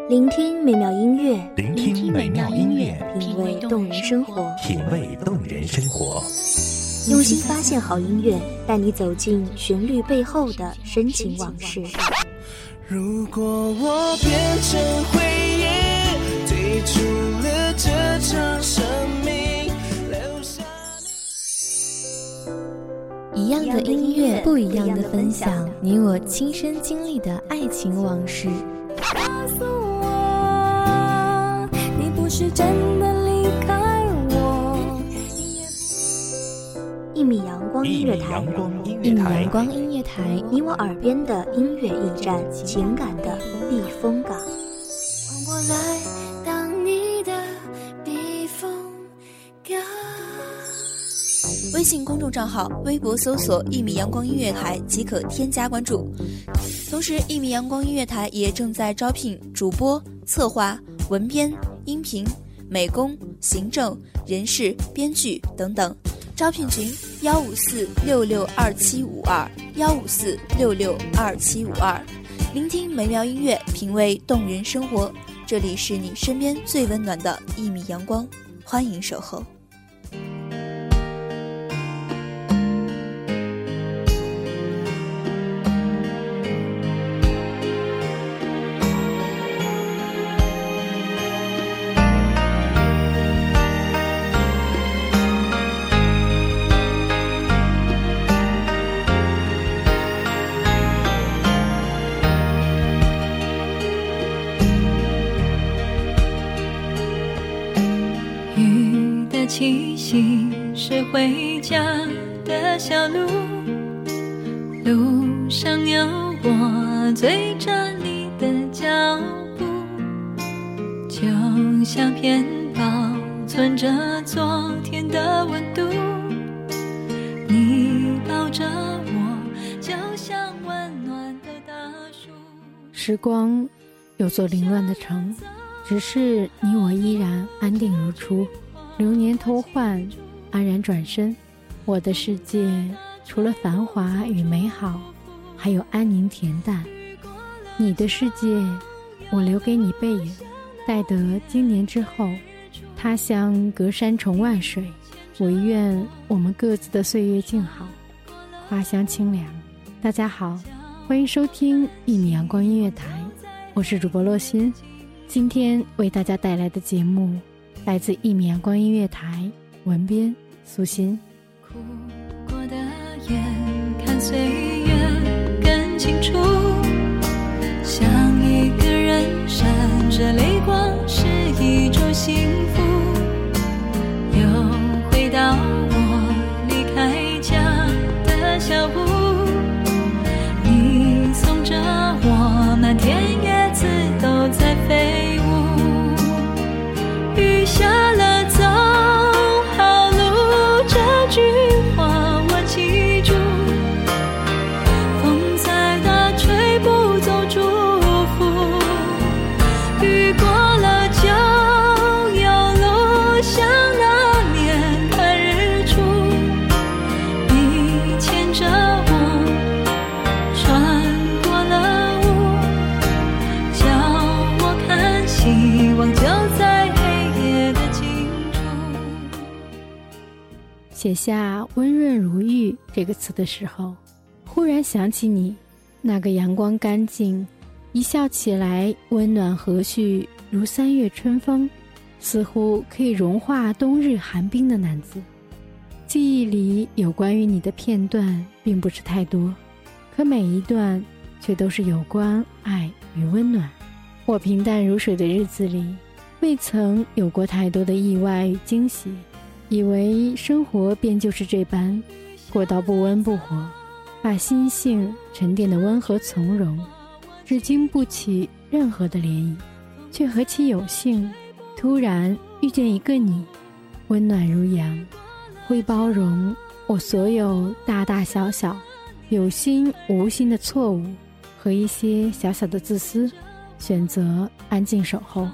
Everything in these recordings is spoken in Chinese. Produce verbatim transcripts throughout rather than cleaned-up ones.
聆听美妙音乐， 聆听美妙音乐， 品味动人生活， 品味动人生活。 用心发现好音乐，带你走进旋律背后的深情往事。 如果我变成回忆，退出了这场生命，留下一样的音乐，不一样的分享，你我亲身经历的爱情往事。 告诉我，你不是真的离开我。 一米阳光音乐台， 一米阳光音乐台， 你我耳边的音乐驿站，情感的避风港。 换我来当你的避风港。 微信公众账号、微博搜索“一米阳光音乐台”即可添加关注。同时，一米阳光音乐台也正在招聘主播、策划、文编、音频、美工、行政、人事、编剧等等。招聘群：幺五四六六二七五二幺五四六六二七五二。聆听美妙音乐，品味动人生活。这里是你身边最温暖的一米阳光，欢迎守候。 气息是回家的小路，路上有我追着你的脚步，就像片保存着昨天的温度，你抱着我就像温暖的大树。 时光有座凌乱的城，只是你我依然安定如初。流年偷换，安然转身，我的世界除了繁华与美好，还有安宁恬淡。你的世界，我留给你背影，待得今年之后，他乡隔山重万水，我愿我们各自的岁月静好，花香清凉。大家好，欢迎收听一米阳光音乐台，我是主播洛心。今天为大家带来的节目来自一米阳光音乐台，文编苏欣。 哭过的眼看岁月更清楚，像一个人闪着泪光是一种幸福，又回到我离开家的小屋，你送着我，满天叶子都在飞舞，雨下了走好路，这句话我记住，风再大吹不走祝福，雨过了就有路，像那年看日出，你牵着我穿过了雾，叫我看希望就在写下温润如玉这个词的时候，忽然想起你那个阳光干净，一笑起来温暖和煦如三月春风，似乎可以融化冬日寒冰的男子。记忆里有关于你的片段并不是太多，可每一段却都是有关爱与温暖。我平淡如水的日子里，未曾有过太多的意外与惊喜，以为生活便就是这般，过到不温不火，把心性沉淀的温和从容，只经不起任何的涟漪，却何其有幸，突然遇见一个你，温暖如阳，会包容我所有大大小小、有心无心的错误和一些小小的自私，选择安静守候。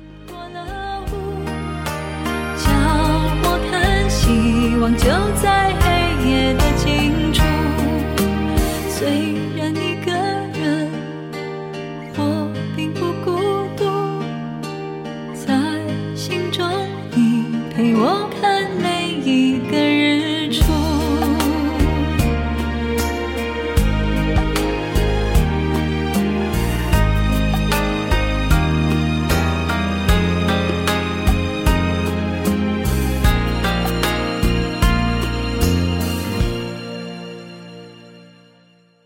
希望就在黑夜的尽处，虽然一个人，我并不孤独。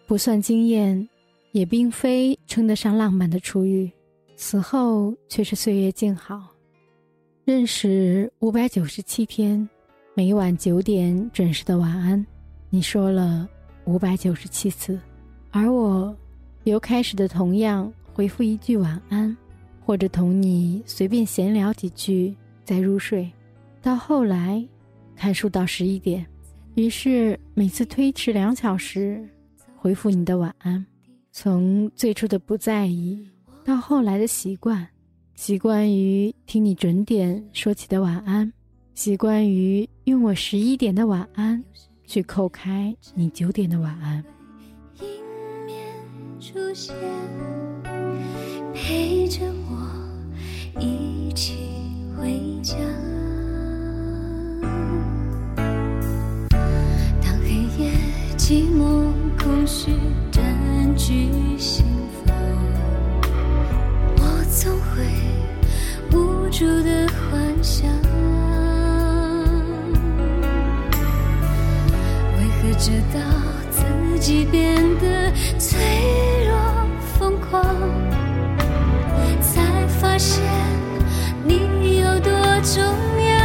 不算惊艳，也并非称得上浪漫的初遇，此后却是岁月静好。认识五百九十七天，每晚九点准时的晚安，你说了五百九十七次，而我由开始的同样回复一句晚安，或者同你随便闲聊几句再入睡，到后来看书到十一点，于是每次推迟两小时回复你的晚安。从最初的不在意到后来的习惯，习惯于听你准点说起的晚安，习惯于用我十一点的晚安去扣开你九点的晚安。 迎面出现，陪着我一起回家。当黑夜寂寞空虚占据心房，我总会无助的幻想，为何直到自己变得脆弱疯狂，才发现你有多重要。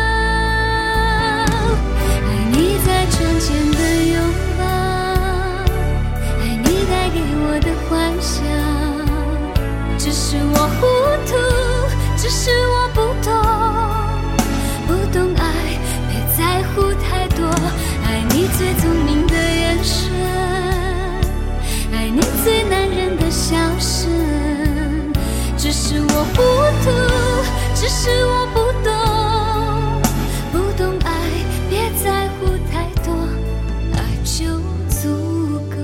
爱你在窗前的拥抱，爱你带给我的幻想，只是我糊涂，只是我不懂，不懂爱，别在乎太多。爱你最聪明的眼神，爱你最男人的笑声，只是我糊涂，只是我不懂，不懂爱，别在乎太多，爱就足够。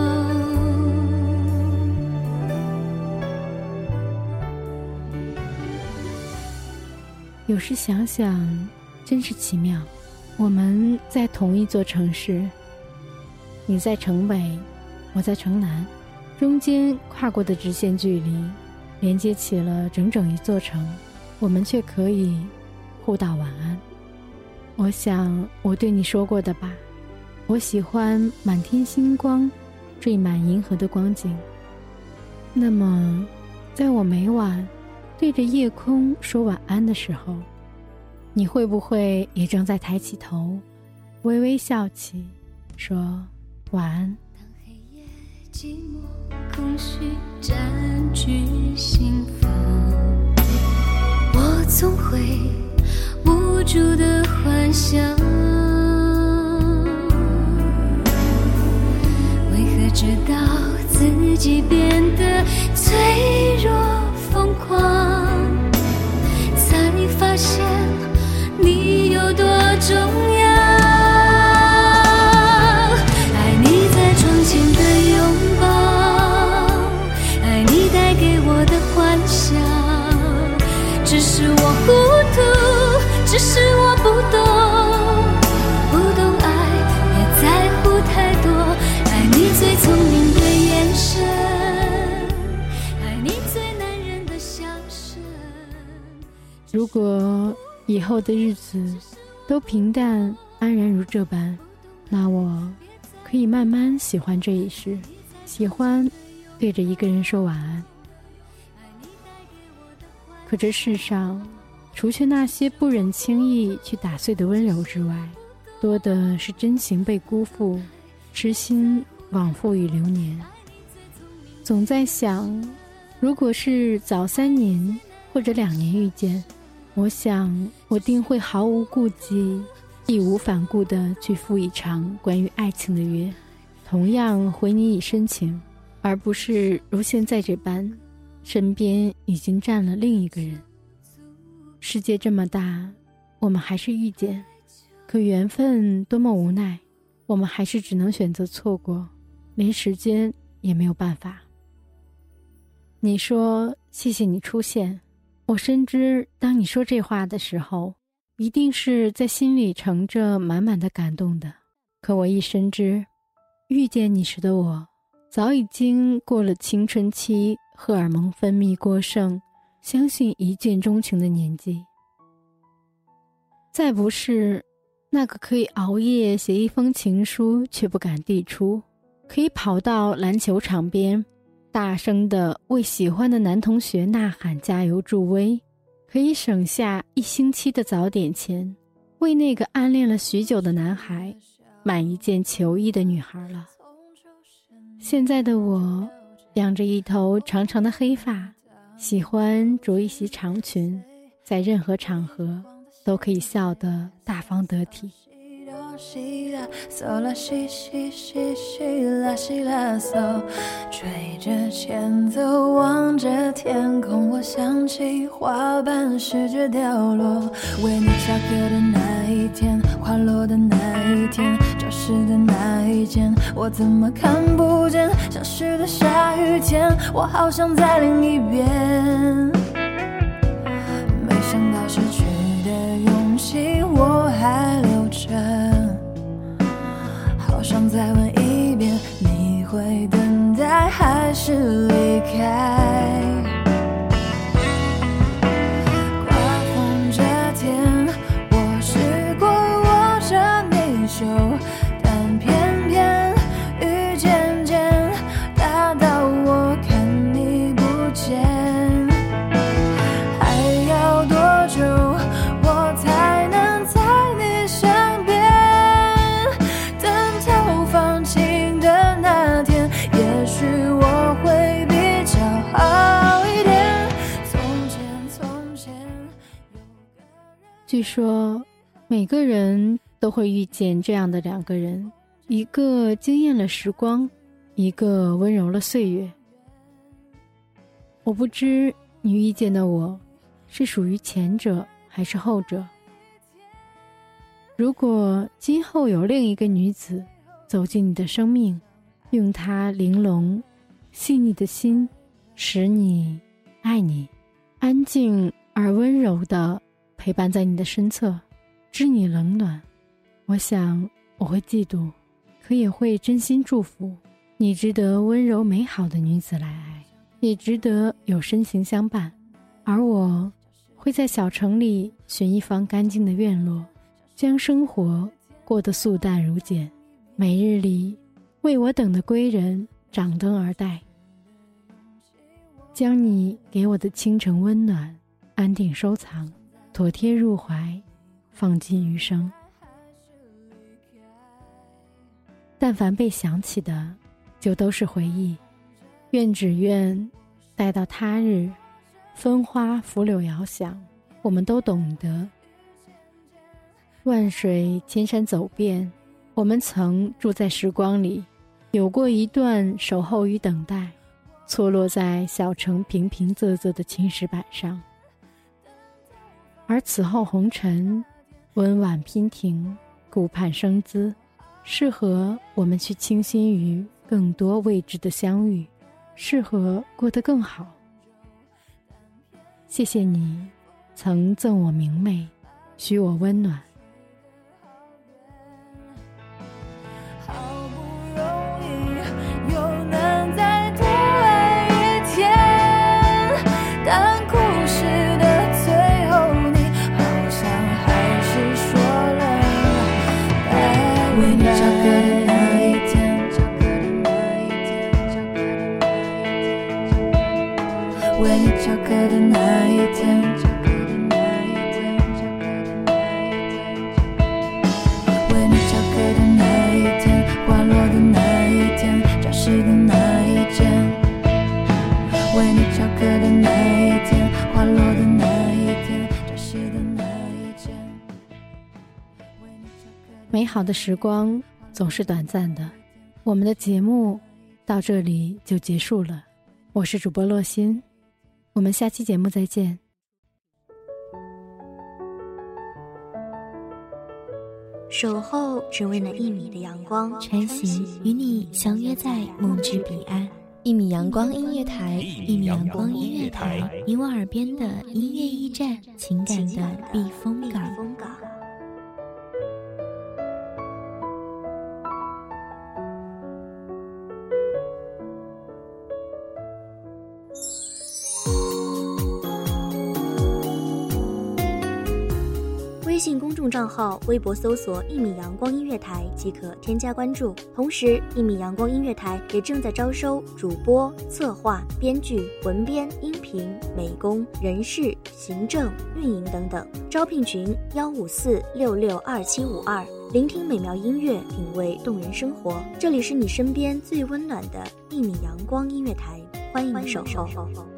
有时想想真是奇妙，我们在同一座城市，你在城北，我在城南，中间跨过的直线距离连接起了整整一座城，我们却可以互道晚安。我想我对你说过的吧，我喜欢满天星光缀满银河的光景。那么在我每晚对着夜空说晚安的时候，你会不会也正在抬起头微微笑起，说晚安。 当黑夜寂寞空虚占据心房，我总会无助的幻想，为何直到自己变得脆弱疯狂，才发现你有多重要。爱你在窗前的拥抱，爱你带给我的幻想，只是我糊涂，只是我不懂，不懂爱，别在乎太多。爱你最聪明的眼神，爱你最男人的笑声。 如果以后的日子都平淡安然如这般，那我可以慢慢喜欢这一世，喜欢对着一个人说晚安。可这世上除去那些不忍轻易去打碎的温柔之外，多的是真情被辜负，痴心往复与流年。总在想，如果是早三年或者两年遇见，我想我定会毫无顾忌，义无反顾地去赴一场关于爱情的约，同样回你以深情，而不是如现在这般，身边已经站了另一个人。世界这么大，我们还是遇见，可缘分多么无奈，我们还是只能选择错过，连时间也没有办法。你说谢谢你出现，我深知当你说这话的时候，一定是在心里盛着满满的感动的。可我亦深知，遇见你时的我，早已经过了青春期荷尔蒙分泌过剩，相信一见钟情的年纪。再不是那个可以熬夜写一封情书却不敢递出， 可以跑到篮球场边，大声地为喜欢的男同学呐喊加油助威，可以省下一星期的早点钱，为那个暗恋了许久的男孩买一件球衣的女孩了。现在的我养着一头长长的黑发，喜欢着一袭长裙，在任何场合都可以笑得大方得体。 吹着前奏望着天空，我想起花瓣试着掉落，为你下课的那一天，花落的那一天，教室的那一间，我怎么看不见消失的下雨天，我好想在另一边，没想到失去的勇气我还留着，好想再问一遍，你会等待还是离开？刮风这天，我试过握着你手，但偏偏雨渐渐大到我看你不见。还要多久我才能在你身边？等到放晴的那天，也许我会比较好一点。从前从前据说每个人都会遇见这样的两个人，一个惊艳了时光，一个温柔了岁月。我不知你遇见的我是属于前者还是后者。如果今后有另一个女子走进你的生命，用她玲珑细腻的心使你爱你，安静而温柔地陪伴在你的身侧，知你冷暖，我想我会嫉妒，可也会真心祝福。你值得温柔美好的女子来爱，也值得有深情相伴。而我会在小城里选一方干净的院落，将生活过得素淡如简，每日里为我等的归人掌灯而待，将你给我的清晨温暖安定收藏，妥帖入怀，放进余生。但凡被想起的就都是回忆，愿只愿待到他日，分花拂柳遥想，我们都懂得。万水千山走遍，我们曾住在时光里，有过一段守候与等待，错落在小城平平仄仄的青石板上。而此后红尘，温婉娉婷，顾盼生姿，适合我们去倾心于更多未知的相遇，适合过得更好。谢谢你曾赠我明媚，许我温暖。 好不容易又能再多爱一天，但故事的最后你好像还是说了拜拜。为你翘课的那一天，为你翘课的那一天，为你翘课的那一天，花落的那一天，教室的那一间，为你翘课的那一天，花落的那一天，教室的那一间。 美好的时光总是短暂的，我们的节目到这里就结束了。我是主播洛心，我们下期节目再见。 守候只为那一米的阳光， 晨曦与你相约在梦之彼岸。一米阳光音乐台，一米阳光音乐台，你我耳边的音乐驿站，情感的避风港。 微微信公众账号、微博搜索一米阳光音乐台即可添加关注。同时，一米阳光音乐台也正在招收主播、策划、编剧、文编、音频、美工、人事、行政、运营等等。招聘群幺五四六六二七五二。聆听美妙音乐，品味动人生活。这里是你身边最温暖的一米阳光音乐台，欢迎守候。